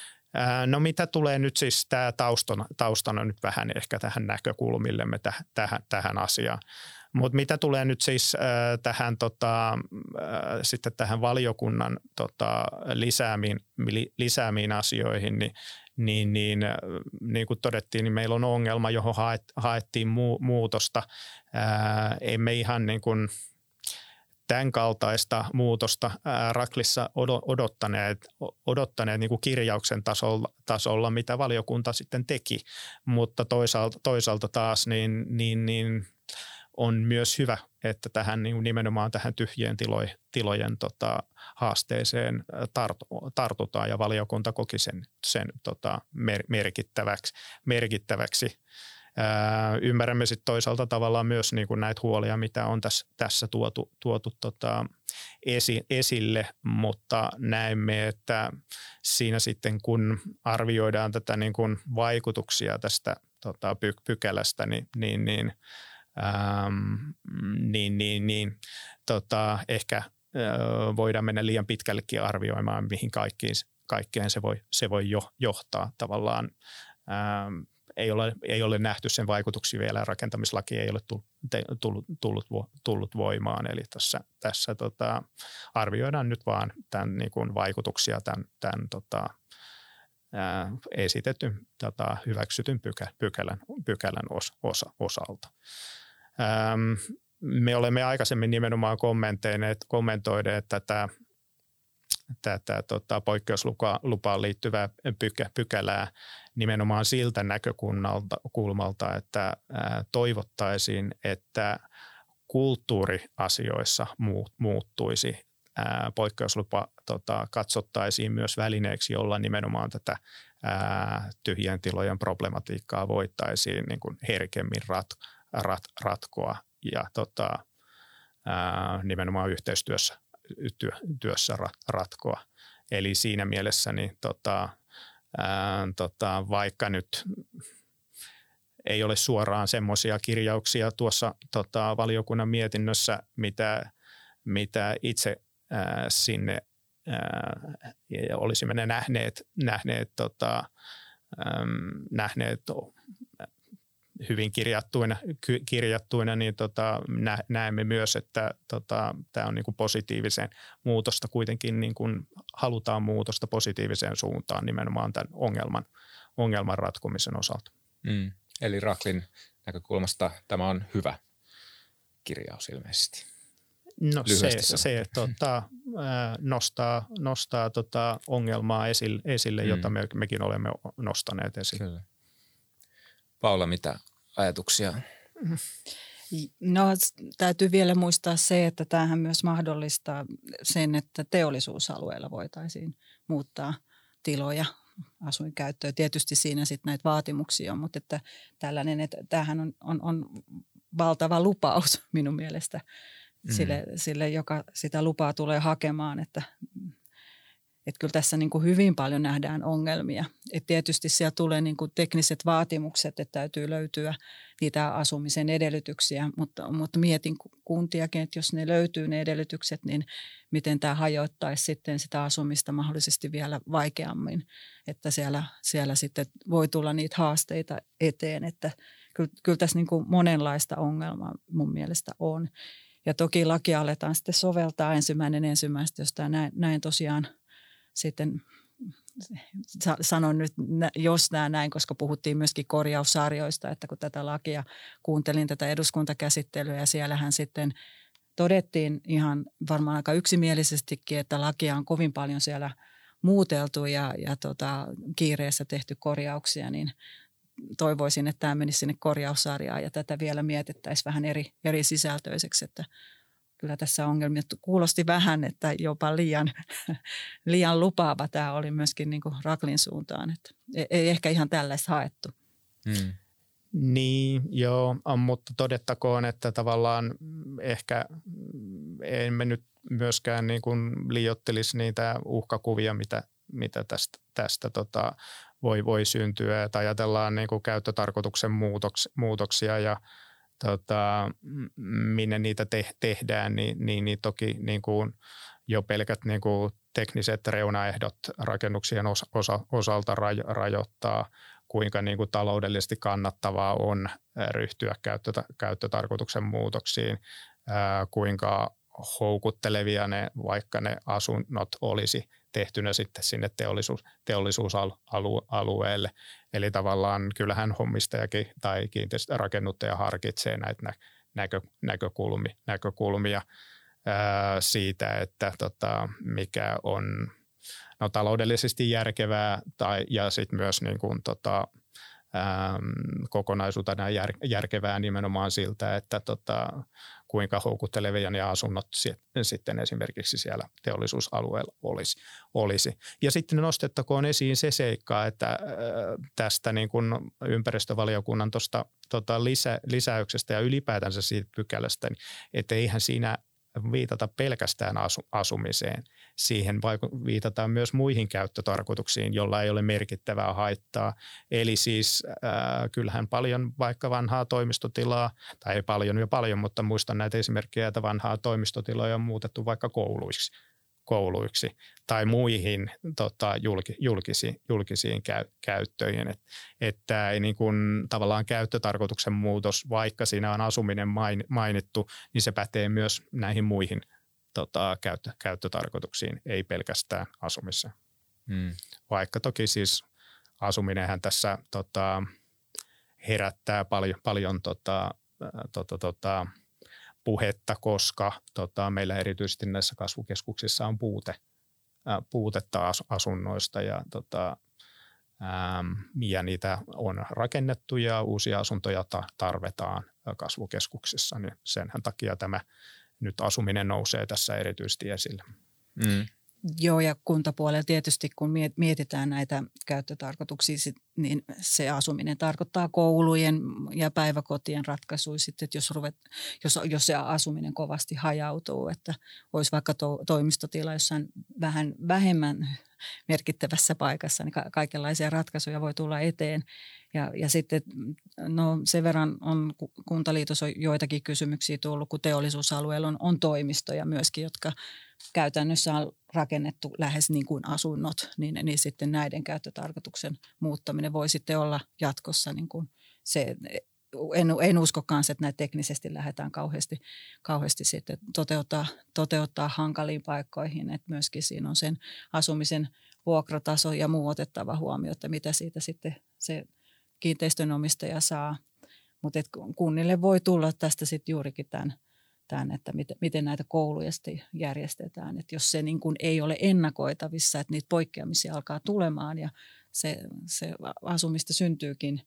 [SPEAKER 3] No mitä tulee nyt siis tämä taustana, taustana nyt vähän ehkä tähän näkökulmillemme täh, tähän, tähän asiaan. Mutta mitä tulee nyt siis äh, tähän, tota, äh, sitten tähän valiokunnan tota, lisäämiin, li, lisäämiin asioihin, niin, niin, niin, äh, niin kuin todettiin, niin meillä on ongelma, johon haet, haettiin mu, muutosta. Äh, emme ihan niin kuin tämän kaltaista muutosta ää, Raklissa odottaneet, odottaneet niin kuin kirjauksen tasolla, tasolla, mitä valiokunta sitten teki, mutta toisaalta, toisaalta taas niin, niin, niin on myös hyvä, että tähän niin nimenomaan tähän tyhjien tilojen, tilojen tota, haasteeseen tartu, tartutaan ja valiokunta koki sen, sen tota, mer, merkittäväksi. merkittäväksi. Ää, ymmärrämme sitten toisaalta tavallaan myös niin kuin näitä huolia, mitä on tässä, tässä tuotu, tuotu tota, esi, esille, mutta näemme, että siinä sitten kun arvioidaan tätä niin kuin vaikutuksia tästä tota, py, pykälästä, niin, niin, niin, äm, niin, niin, niin tota, ehkä ää, voidaan mennä liian pitkällekin arvioimaan, mihin kaikkiin, kaikkeen se voi, se voi jo, johtaa tavallaan. Äm, Ei ole, ei ole nähty sen vaikutuksia vielä, rakentamislaki ei ole tullut, tullut, tullut voimaan. Eli tässä, tässä tota, arvioidaan nyt vaan tämän niin kuin vaikutuksia tämän, tämän tota, ää, esitetyn tota, hyväksytyn pykä, pykälän, pykälän os, osa, osalta. Ähm, me olemme aikaisemmin nimenomaan kommentoineet tätä tätä tota, poikkeuslupaan liittyvää pykä, pykälää nimenomaan siltä näkökulmalta, että ää, toivottaisiin, että kulttuuriasioissa muut, muuttuisi ää, poikkeuslupa tota, katsottaisiin myös välineeksi, jolla nimenomaan tätä ää, tyhjien tilojen problematiikkaa voitaisiin niin kuin herkemmin rat, rat, ratkoa ja tota, ää, nimenomaan yhteistyössä työ, työssä rat, ratkoa. Eli siinä mielessä niin, tota, ää, tota, vaikka nyt ei ole suoraan semmoisia kirjauksia tuossa tota, valiokunnan mietinnössä, mitä, mitä itse ää, sinne ää, olisimme ne nähneet, nähneet, tota, äm, nähneet hyvin kirjattuina, kirjattuina niin tota, nä, näemme myös, että tota, tämä on niin kuin positiivisen muutosta kuitenkin, niin kuin halutaan muutosta positiiviseen suuntaan nimenomaan tämän ongelman, ongelman ratkomisen osalta.
[SPEAKER 1] Mm. Eli Raklin näkökulmasta tämä on hyvä kirjaus ilmeisesti.
[SPEAKER 3] No se, se tota, nostaa, nostaa tota ongelmaa esille, esille mm. jota me, mekin olemme nostaneet esille. Kyllä.
[SPEAKER 1] Paula, mitä ajatuksia?
[SPEAKER 2] No täytyy vielä muistaa se, että tämähän myös mahdollistaa sen, että teollisuusalueella voitaisiin muuttaa tiloja asuinkäyttöön. Tietysti siinä sitten näitä vaatimuksia on, mutta että tällainen, että tämähän on, on, on valtava lupaus minun mielestä sille, mm. sille, joka sitä lupaa tulee hakemaan, että Että kyllä tässä niin kuin hyvin paljon nähdään ongelmia. Et tietysti siellä tulee niin kuin tekniset vaatimukset, että täytyy löytyä niitä asumisen edellytyksiä, mutta, mutta mietin kuntiakin, että jos ne löytyy ne edellytykset, niin miten tämä hajoittaisi sitten sitä asumista mahdollisesti vielä vaikeammin. Että siellä, siellä sitten voi tulla niitä haasteita eteen, että kyllä, kyllä tässä niin kuin monenlaista ongelmaa mun mielestä on. Ja toki lakia aletaan sitten soveltaa ensimmäinen ensimmäistä, jos tämä näin, näin tosiaan sitten sanon nyt, jos nämä näin, koska puhuttiin myöskin korjaussarjoista, että kun tätä lakia kuuntelin tätä eduskuntakäsittelyä ja siellähän sitten todettiin ihan varmaan aika yksimielisestikin, että lakia on kovin paljon siellä muuteltu ja, ja tota, kiireessä tehty korjauksia, niin toivoisin, että tämä menisi sinne korjaussarjaan ja tätä vielä mietittäisiin vähän eri, eri sisältöiseksi, että kyllä tässä ongelmia kuulosti vähän, että jopa liian, liian lupaava tämä oli myöskin niin kuin Raklin suuntaan. Että ei ehkä ihan tällaista haettu.
[SPEAKER 3] Hmm. Niin, joo, mutta todettakoon, että tavallaan ehkä emme nyt myöskään niin kuin liioittelisi niitä uhkakuvia, mitä, mitä tästä, tästä tota voi, voi syntyä. Että ajatellaan niin kuin käyttötarkoituksen muutoks, muutoksia ja Tota, minne niitä te- tehdään, niin, niin, niin toki niin kuin jo pelkät niin kuin tekniset reunaehdot rakennuksien osa- osa- osalta rajo- rajoittaa, kuinka niin kuin taloudellisesti kannattavaa on ryhtyä käyttö- käyttötarkoituksen muutoksiin, ää, kuinka houkuttelevia ne, vaikka ne asunnot olisi tehtynä sitten sinne teollisuus, teollisuusalueelle. Eli tavallaan kyllähän hommistajakin tai kiinteistörakennuttaja harkitsee näitä näkö, näkökulmia, näkökulmia ää, siitä, että tota, mikä on no, taloudellisesti järkevää tai, ja sitten myös niin kuin, tota, ää, kokonaisuutena jär, järkevää nimenomaan siltä, että tota, kuinka houkuttelevia ne asunnot sitten esimerkiksi siellä teollisuusalueella olisi. olisi. Ja sitten nostettakoon esiin se seikka, että tästä niin kuin ympäristövaliokunnan tuosta tota lisä, lisäyksestä ja ylipäätänsä siitä pykälästä, että eihän siinä viitata pelkästään asu, asumiseen. Siihen viitataan myös muihin käyttötarkoituksiin, jolla ei ole merkittävää haittaa. Eli siis äh, kyllähän paljon vaikka vanhaa toimistotilaa, tai ei paljon jo paljon, mutta muistan näitä esimerkkejä, että vanhaa toimistotiloja on muutettu vaikka kouluiksi, kouluiksi tai muihin tota, julki, julkisiin, julkisiin käy, käyttöihin. Et, että ei niin kuin, tavallaan käyttötarkoituksen muutos, vaikka siinä on asuminen main, mainittu, niin se pätee myös näihin muihin tota, käyttö, käyttötarkoituksiin, ei pelkästään asumiseen. Hmm. Vaikka toki siis asuminenhan tässä tota, herättää paljon, paljon tota, tota, tota, puhetta, koska tota, meillä erityisesti näissä kasvukeskuksissa on puute, ää, puutetta as, asunnoista ja, tota, ää, ja niitä on rakennettu ja uusia asuntoja ta, tarvitaan kasvukeskuksissa, niin senhän takia tämä nyt asuminen nousee tässä erityisesti esille.
[SPEAKER 1] Mm.
[SPEAKER 2] Joo, ja kuntapuolella tietysti, kun mietitään näitä käyttötarkoituksia, niin se asuminen tarkoittaa koulujen ja päiväkotien ratkaisuja sitten, että jos, ruvet, jos, jos se asuminen kovasti hajautuu, että olisi vaikka to, toimistotila jossain vähän vähemmän merkittävässä paikassa, niin ka- kaikenlaisia ratkaisuja voi tulla eteen. Ja, ja sitten no sen verran on Kuntaliitossa on joitakin kysymyksiä tullut, kun teollisuusalueella on, on toimistoja myöskin, jotka käytännössä on rakennettu lähes niin kuin asunnot, niin, niin sitten näiden käyttötarkoituksen muuttaminen voi sitten olla jatkossa niin kuin se, en, en usko kanssa, että näitä teknisesti lähdetään kauheasti, kauheasti sitten toteuttaa, toteuttaa hankaliin paikkoihin, että myöskin siinä on sen asumisen vuokrataso ja muu otettava huomioon, että mitä siitä sitten se kiinteistönomistaja saa, mutta kunnille voi tulla tästä sitten juurikin tämän, tämän että miten, miten näitä kouluja sitten järjestetään. Että jos se niin kuin ei ole ennakoitavissa, että niitä poikkeamisia alkaa tulemaan ja se, se asumista syntyykin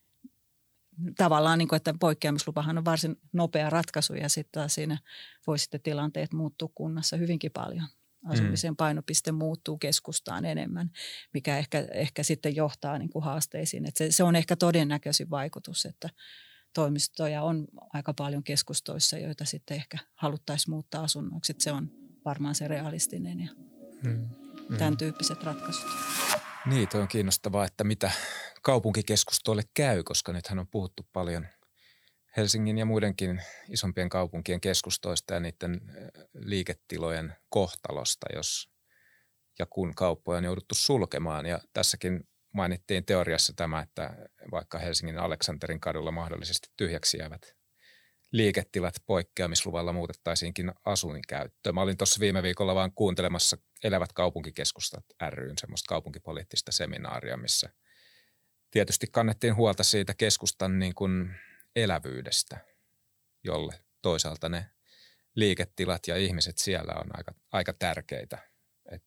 [SPEAKER 2] tavallaan, niin kuin, että poikkeamislupahan on varsin nopea ratkaisu ja sitten siinä voi sitten tilanteet muuttua kunnassa hyvinkin paljon. Asumisen painopiste muuttuu keskustaan enemmän, mikä ehkä, ehkä sitten johtaa niin kuin haasteisiin. Että se, se on ehkä todennäköisin vaikutus, että toimistoja on aika paljon keskustoissa, joita sitten ehkä haluttaisiin muuttaa asunnoiksi. Että se on varmaan se realistinen ja hmm. tämän tyyppiset ratkaisut.
[SPEAKER 1] Niin, toi on kiinnostavaa, että mitä kaupunkikeskustoille käy, koska nythän on puhuttu paljon Helsingin ja muidenkin isompien kaupunkien keskustoista ja niiden liiketilojen kohtalosta, jos ja kun kauppoja on jouduttu sulkemaan. Ja tässäkin mainittiin teoriassa tämä, että vaikka Helsingin Aleksanterin kadulla mahdollisesti tyhjäksi jäävät liiketilat poikkeamisluvalla muutettaisiinkin asuinkäyttöön. Mä olin tuossa viime viikolla vaan kuuntelemassa Elävät kaupunkikeskustat ry:n semmoista kaupunkipoliittista seminaaria, missä tietysti kannettiin huolta siitä keskustan niin kuin elävyydestä, jolle toisaalta ne liiketilat ja ihmiset siellä on aika, aika tärkeitä. Et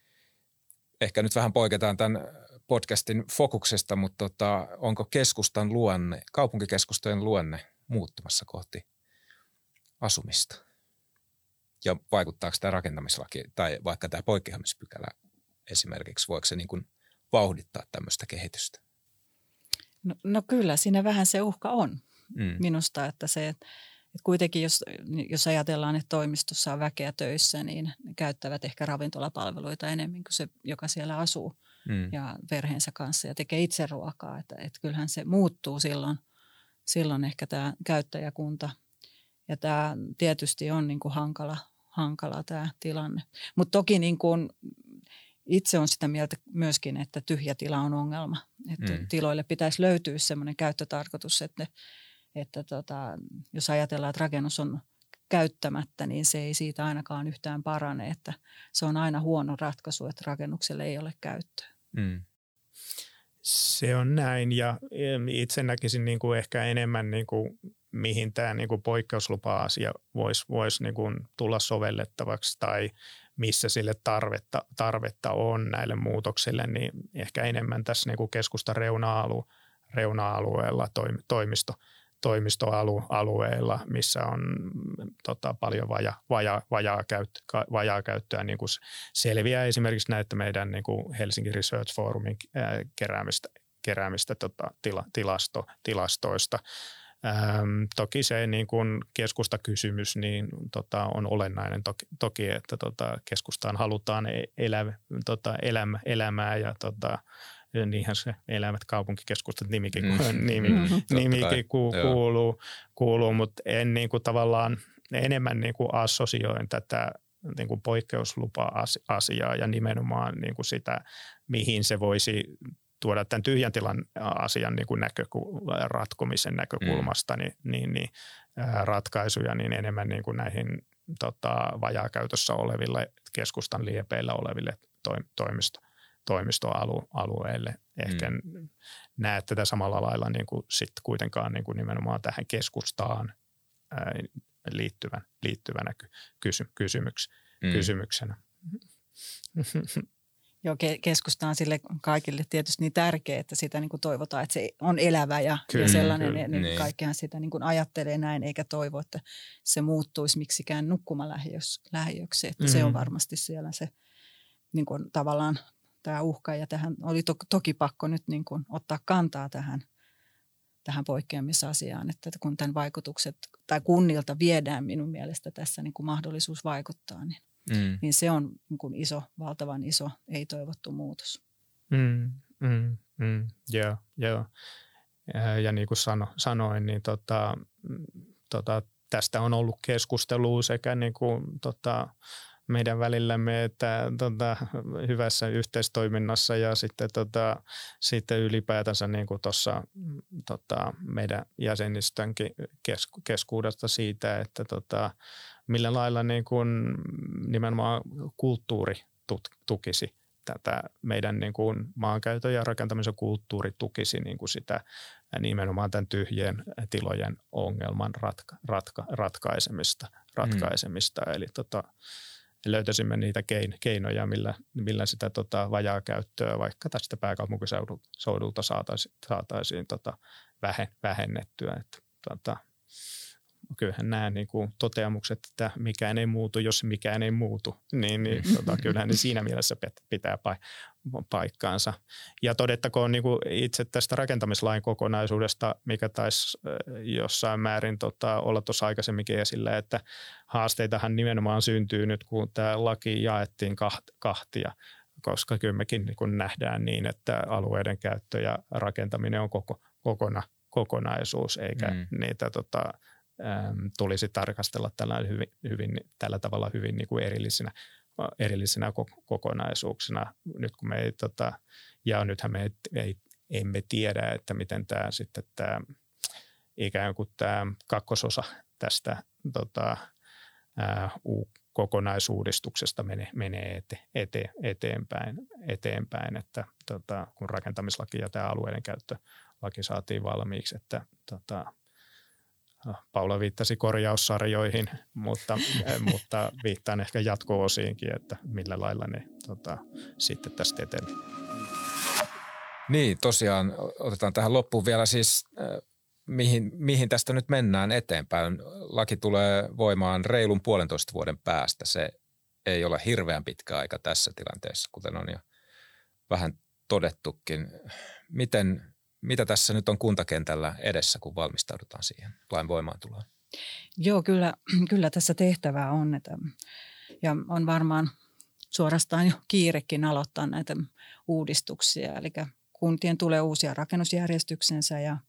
[SPEAKER 1] ehkä nyt vähän poiketaan tämän podcastin fokuksesta, mutta tota, onko keskustan luonne, kaupunkikeskustojen luonne muuttumassa kohti asumista? Ja vaikuttaako tämä rakentamislaki tai vaikka tämä poikkeamispykälä esimerkiksi, voiko se niin kuin vauhdittaa tämmöistä kehitystä?
[SPEAKER 2] No, no kyllä, siinä vähän se uhka on. Mm. Minusta, että se, että kuitenkin jos, jos ajatellaan, että toimistossa on väkeä töissä, niin ne käyttävät ehkä ravintolapalveluita enemmän kuin se, joka siellä asuu mm. ja perheensä kanssa ja tekee itse ruokaa. Että, että kyllähän se muuttuu silloin, silloin ehkä tämä käyttäjäkunta ja tämä tietysti on niin kuin hankala, hankala tämä tilanne. Mutta toki niin kuin itse on sitä mieltä myöskin, että tyhjä tila on ongelma. Että mm. tiloille pitäisi löytyä sellainen käyttötarkoitus, että, että tota, jos ajatellaan, että rakennus on käyttämättä, niin se ei siitä ainakaan yhtään parane. Että se on aina huono ratkaisu, että rakennukselle ei ole käyttöä. Mm.
[SPEAKER 3] Se on näin ja itse näkisin niin kuin ehkä enemmän, niin kuin, mihin tämä niin kuin poikkeuslupa-asia voisi vois niin kuin tulla sovellettavaksi tai missä sille tarvetta, tarvetta on näille muutoksille, niin ehkä enemmän tässä niin kuin keskustan reuna-alu, reuna-alueella, toimisto, toimistoalueella, missä on tota, paljon vaja, vaja, vajaa, käyt, vajaa käyttöä. Niin kuin selviää esimerkiksi näitä meidän niin kuin Helsinki Research Forumin ää, keräämistä, keräämistä tota, tila, tilasto, tilastoista. Ähm, toki se niin kuin keskustakysymys niin, tota, on olennainen toki, toki että tota, keskustaan halutaan elä, tota, elämä, elämää ja tota, niinhän se elämät kaupunkikeskustat nimikin, mm. nimi, mm-hmm. nimikin ku, kuuluu, kuuluu, mutta en niin kuin, tavallaan enemmän niin kuin assosioin tätä niin kuin poikkeuslupa-asiaa ja nimenomaan niin kuin sitä, mihin se voisi tuoda tämän tyhjän tilan asian niin kuin näköku- ratkomisen näkökulmasta mm. niin, niin, niin, ää, ratkaisuja niin enemmän niin kuin näihin tota, vajaakäytössä oleville keskustan liepeillä oleville toimisto, toimistoalueille. Ehkä mm. näe tätä samalla lailla niin kuin sit kuitenkaan niin kuin nimenomaan tähän keskustaan ää, liittyvän, liittyvänä kysy- kysymyks, mm. kysymyksenä.
[SPEAKER 2] Joo, keskusta on sille kaikille tietysti niin tärkeä, että sitä niin kuin toivotaan, että se on elävä ja, kyllä, ja sellainen. Kyllä, niin niin. Kaikkihan sitä niin kuin ajattelee näin, eikä toivo, että se muuttuisi miksikään nukkumalähiöksi. Että mm-hmm. se on varmasti siellä se niin kuin tavallaan tämä uhka. Ja tähän oli to, toki pakko nyt niin kuin ottaa kantaa tähän, tähän poikkeamisasiaan, että kun tämän vaikutukset tai kunnilta viedään minun mielestä tässä niin kuin mahdollisuus vaikuttaa, niin Mm. niin se on niin kuin iso, valtavan iso, ei-toivottu muutos.
[SPEAKER 3] Mm, mm, mm, joo, joo. Ja, ja niin kuin sano, sanoin, niin tota, tota, tästä on ollut keskustelua sekä niin kuin, tota, meidän välillämme että tota, hyvässä yhteistoiminnassa ja sitten, tota, sitten ylipäätänsä niin kuin tuossa tota, meidän jäsenistönkin kesku, keskuudesta siitä, että tota, millä lailla niin kuin nimenomaan kulttuuri tukisi tätä meidän niin kuin maankäytön ja rakentamisen kulttuuri tukisi niin kuin sitä nimenomaan tämän tyhjien tilojen ongelman ratka, ratka, ratkaisemista. ratkaisemista. Mm. Eli tota, löytäisimme niitä keinoja, millä, millä sitä tota, vajaa käyttöä vaikka tästä pääkaupunkiseudulta saataisiin, saataisiin tota, vähennettyä. Että, tota, kyllähän nämä niin kuin toteamukset, että mikään ei muutu, jos mikään ei muutu, niin, niin tota, kyllähän ne siinä mielessä pitää paikkaansa. Ja todettakoon niin kuin itse tästä rakentamislain kokonaisuudesta, mikä taisi jossain määrin tota, olla tuossa aikaisemminkin esillä, että haasteitahan nimenomaan syntyy nyt, kun tämä laki jaettiin kahtia, koska kyllä mekin niin kuin nähdään niin, että alueiden käyttö ja rakentaminen on koko, kokona, kokonaisuus, eikä mm. niitä tota, tulisi tarkastella tällä, hyvin, hyvin, tällä tavalla hyvin niin kuin erillisinä, erillisinä kokonaisuuksina. Nyt kun me ei, tota, ja nythän me ei, ei, emme tiedä, että miten tämä sitten tämä ikään kuin tämä kakkososa tästä tota, ää, kokonaisuudistuksesta menee, menee ete, ete, eteenpäin, eteenpäin, että tota, kun rakentamislaki ja tämä alueiden käyttölaki saatiin valmiiksi, että tota, Paula viittasi korjaussarjoihin, mutta, mutta viittaan ehkä jatko-osiinkin, että millä lailla ne tota, sitten tästä etenee.
[SPEAKER 1] Niin, tosiaan otetaan tähän loppuun vielä siis, äh, mihin, mihin tästä nyt mennään eteenpäin. Laki tulee voimaan reilun puolentoista vuoden päästä. Se ei ole hirveän pitkä aika tässä tilanteessa, kuten on jo vähän todettukin. Miten... Mitä tässä nyt on kuntakentällä edessä, kun valmistaudutaan siihen lain voimaantuloon?
[SPEAKER 2] Joo, kyllä, kyllä tässä tehtävää on. Että, ja on varmaan suorastaan jo kiirekin aloittaa näitä uudistuksia. Eli kuntien tulee uusia rakennusjärjestyksensä ja,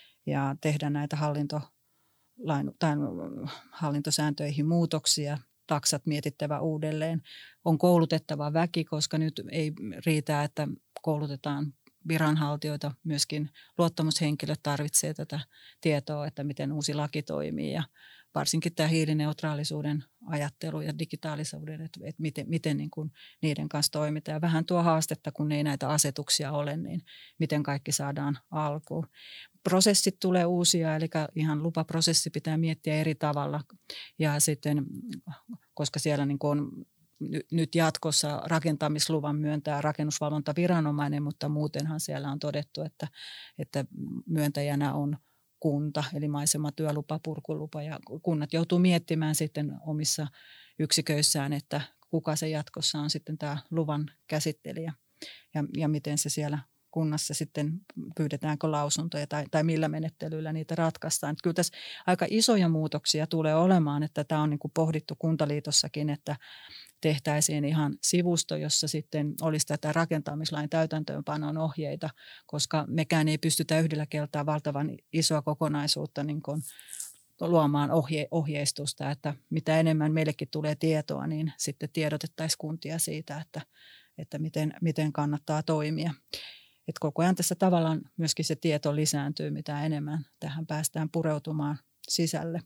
[SPEAKER 2] ja tehdä näitä hallinto, lain, tai hallintosääntöihin muutoksia. Taksat mietittävä uudelleen. On koulutettava väki, koska nyt ei riitä, että koulutetaan viranhaltijoita, myöskin luottamushenkilöt tarvitsee tätä tietoa, että miten uusi laki toimii ja varsinkin tämä hiilineutraalisuuden ajattelu ja digitaalisuuden, että, että miten, miten niin kuin niiden kanssa toimitaan. Ja vähän tuo haastetta, kun ei näitä asetuksia ole, niin miten kaikki saadaan alkuun. Prosessit tulee uusia, eli ihan lupaprosessi pitää miettiä eri tavalla ja sitten, koska siellä niin kuin on nyt jatkossa rakentamisluvan myöntää rakennusvalvontaviranomainen, mutta muutenhan siellä on todettu, että, että myöntäjänä on kunta, eli maisematyölupa, purkulupa, ja kunnat joutuu miettimään sitten omissa yksiköissään, että kuka se jatkossa on sitten tämä luvan käsittelijä ja, ja miten se siellä kunnassa sitten pyydetäänkö lausuntoja tai, tai millä menettelyillä niitä ratkaistaan. Että kyllä tässä aika isoja muutoksia tulee olemaan, että tämä on niin kuin pohdittu Kuntaliitossakin, että tehtäisiin ihan sivusto, jossa sitten olisi tätä rakentamislain täytäntöönpanon ohjeita, koska mekään ei pystytä yhdellä kertaa valtavan isoa kokonaisuutta niin kuin luomaan ohje, ohjeistusta, että mitä enemmän meillekin tulee tietoa, niin sitten tiedotettaisiin kuntia siitä, että, että miten, miten kannattaa toimia. Et koko ajan tässä tavallaan myöskin se tieto lisääntyy, mitä enemmän tähän päästään pureutumaan sisälle.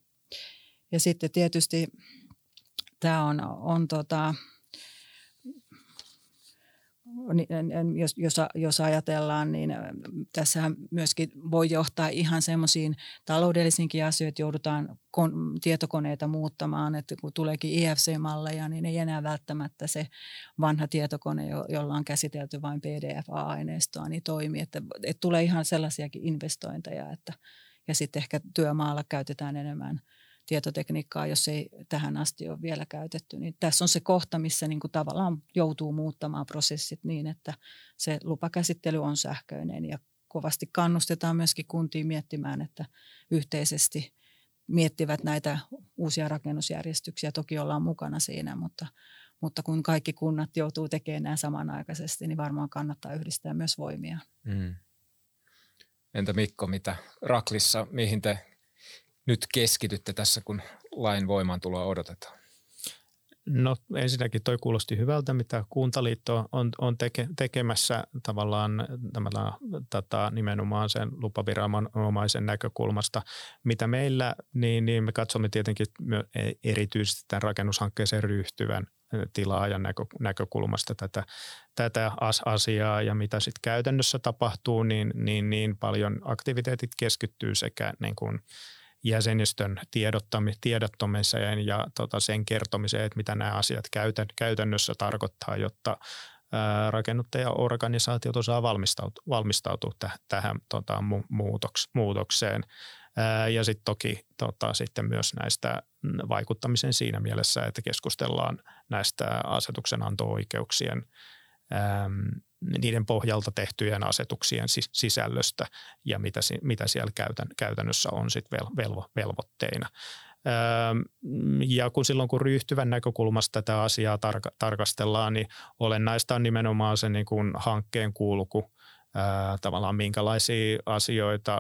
[SPEAKER 2] Ja sitten tietysti tämä on, on tota, jos, jos, jos ajatellaan, niin tässähän myöskin voi johtaa ihan semmoisiin taloudellisiinkin asioihin, joudutaan kon, tietokoneita muuttamaan, että kun tuleekin I F C-malleja, niin ei enää välttämättä se vanha tietokone, jolla on käsitelty vain P D F-aineistoa, niin toimii. Että, että tulee ihan sellaisiakin investointeja, että, ja sitten ehkä työmaalla käytetään enemmän tietotekniikkaa, jos ei tähän asti ole vielä käytetty. Niin tässä on se kohta, missä niin kuin tavallaan joutuu muuttamaan prosessit niin, että se lupakäsittely on sähköinen ja kovasti kannustetaan myöskin kuntiin miettimään, että yhteisesti miettivät näitä uusia rakennusjärjestyksiä. Toki ollaan mukana siinä, mutta, mutta kun kaikki kunnat joutuu tekemään nämä samanaikaisesti, niin varmaan kannattaa yhdistää myös voimia. Mm.
[SPEAKER 1] Entä Mikko, mitä Raklissa, mihin te nyt keskitytte tässä, kun lain voimaantuloa odotetaan?
[SPEAKER 3] No ensinnäkin toi kuulosti hyvältä, mitä Kuntaliitto on, on teke, tekemässä tavallaan tämällä, tätä nimenomaan sen lupaviranomaisen näkökulmasta. Mitä meillä, niin, niin me katsomme tietenkin erityisesti tämän rakennushankkeeseen ryhtyvän tilaajan näkö, näkökulmasta tätä, tätä asiaa ja mitä sitten käytännössä tapahtuu, niin, niin, niin paljon aktiviteetit keskittyy sekä niin kuin jäsenistön tiedottamiseen ja tota sen kertomiseen, että mitä nämä asiat käytännössä tarkoittaa, jotta ää, rakennuttajaorganisaatiot osaa valmistautua, valmistautua täh, tähän tota, muutoks, muutokseen. Ää, ja sitten toki tota, sitten myös näistä vaikuttamisen siinä mielessä, että keskustellaan näistä asetuksen anto-oikeuksien ää, niiden pohjalta tehtyjen asetuksien sisällöstä ja mitä, mitä siellä käytännössä on sit velvo, velvoitteina. Ja kun silloin kun ryhtyvän näkökulmasta tätä asiaa tarka, tarkastellaan, niin olennaista on nimenomaan se niin kuin hankkeen kulku, tavallaan minkälaisia asioita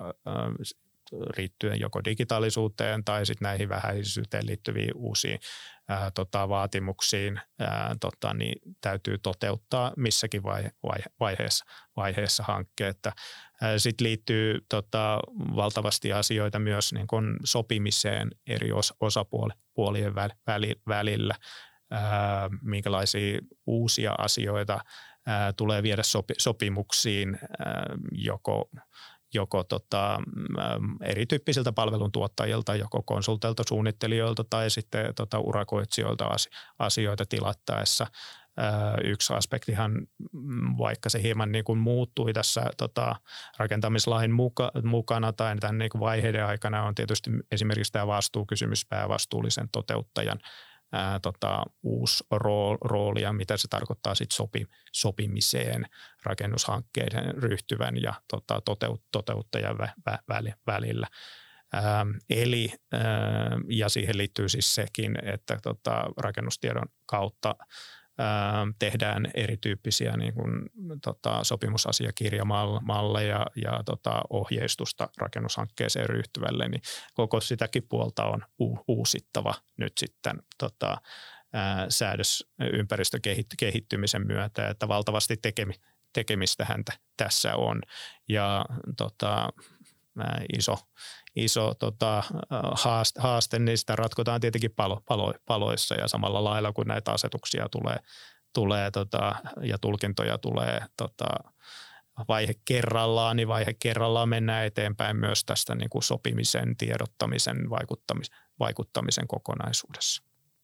[SPEAKER 3] liittyen joko digitaalisuuteen tai sitten näihin vähäisyyteen liittyviin uusiin ää, tota, vaatimuksiin ää, tota, niin täytyy toteuttaa missäkin vaihe, vaihe, vaiheessa, vaiheessa hankkeetta. Sitten liittyy tota, valtavasti asioita myös niin kun sopimiseen eri os, osapuolien väli, välillä, ää, minkälaisia uusia asioita ää, tulee viedä sopi, sopimuksiin ää, joko joko tota, erityyppisiltä palveluntuottajilta, joko konsulteilta, suunnittelijoilta tai sitten tota, urakoitsijoilta asioita tilattaessa. Yksi aspektihan, vaikka se hieman niin kuin muuttui tässä tota, rakentamislain muka, mukana tai tämän niin kuin vaiheiden aikana, on tietysti esimerkiksi tämä vastuukysymys päävastuullisen toteuttajan Ää, tota, uusi rooli ja mitä se tarkoittaa sit sopi, sopimiseen rakennushankkeiden ryhtyvän ja tota, toteut, toteuttajan vä, vä, välillä. Ää, eli ää, ja siihen liittyy siis sekin, että tota, rakennustiedon kautta ää, tehdään erityyppisiä niin kuin, tota, sopimusasiakirjamalleja ja tota, ohjeistusta rakennushankkeeseen ryhtyvälle, niin koko sitäkin puolta on u- uusittava nyt sitten tota, ää, säädösympäristön kehittymisen myötä, että valtavasti tekemi, tekemistähän t- tässä on ja tota, iso, iso tota, haaste, haaste, niin sitä ratkotaan tietenkin palo, palo, paloissa ja samalla lailla kun näitä asetuksia tulee, tulee tota, ja tulkintoja tulee tota, vaihe kerrallaan, niin vaihe kerrallaan mennään eteenpäin myös tästä niin kuin sopimisen, tiedottamisen, vaikuttamisen, vaikuttamisen kokonaisuudessa.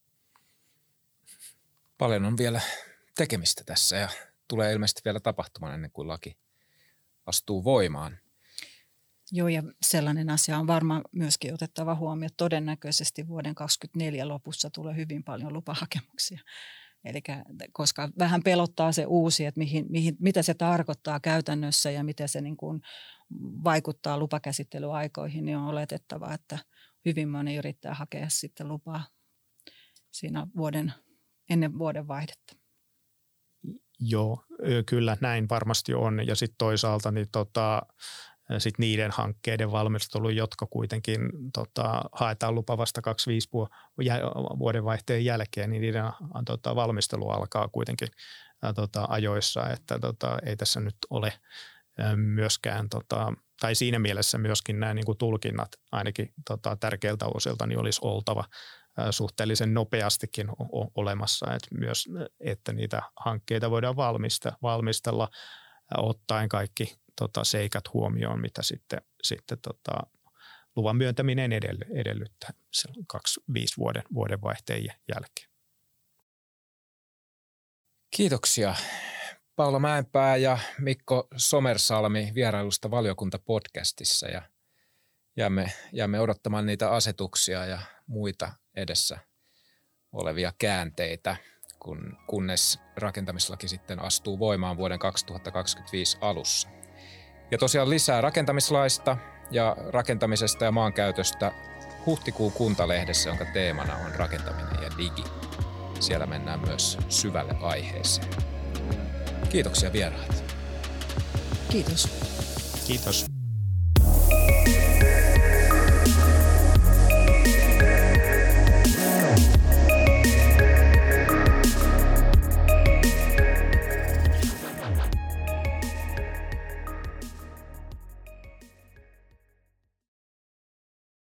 [SPEAKER 1] Paljon on vielä tekemistä tässä ja tulee ilmeisesti vielä tapahtumaan ennen kuin laki astuu voimaan.
[SPEAKER 2] Joo, ja sellainen asia on varmaan myöskin otettava huomioon. Todennäköisesti vuoden kaksikymmentäneljä lopussa tulee hyvin paljon lupahakemuksia. Eli koska vähän pelottaa se uusi, että mihin, mihin, mitä se tarkoittaa käytännössä ja miten se niin kuin vaikuttaa lupakäsittelyaikoihin, niin on oletettava, että hyvin moni yrittää hakea sitten lupaa siinä vuoden, ennen vuoden vaihdetta.
[SPEAKER 3] Joo, kyllä näin varmasti on. Ja sitten toisaalta niin tota, sit niiden hankkeiden valmistelu, jotka kuitenkin tota, haetaan lupa vasta kaksikymmentäviisi vuodenvaihteen jälkeen, niin niiden tota, valmistelu alkaa kuitenkin ä, tota, ajoissa, että tota, ei tässä nyt ole ä, myöskään, tota, tai siinä mielessä myöskin nämä niin kuin tulkinnat ainakin tota, tärkeiltä osilta niin olisi oltava, suhteellisen nopeastikin olemassa, että myös että niitä hankkeita voidaan valmistella, valmistella ottaen kaikki tota, seikat huomioon, mitä sitten, sitten tota, luvan myöntäminen edellyttää kaksi viisi vuoden, vuoden vaihteen jälkeen.
[SPEAKER 1] Kiitoksia Paula Mäenpää ja Mikko Somersalmi vierailusta valiokuntapodcastissa ja jäämme, jäämme odottamaan niitä asetuksia ja muita edessä olevia käänteitä, kun, kunnes rakentamislaki sitten astuu voimaan vuoden kaksituhattakaksikymmentäviisi alussa. Ja tosiaan lisää rakentamislaista ja rakentamisesta ja maankäytöstä huhtikuun Kuntalehdessä, jonka teemana on rakentaminen ja digi. Siellä mennään myös syvälle aiheeseen. Kiitoksia vieraat.
[SPEAKER 2] Kiitos.
[SPEAKER 3] Kiitos.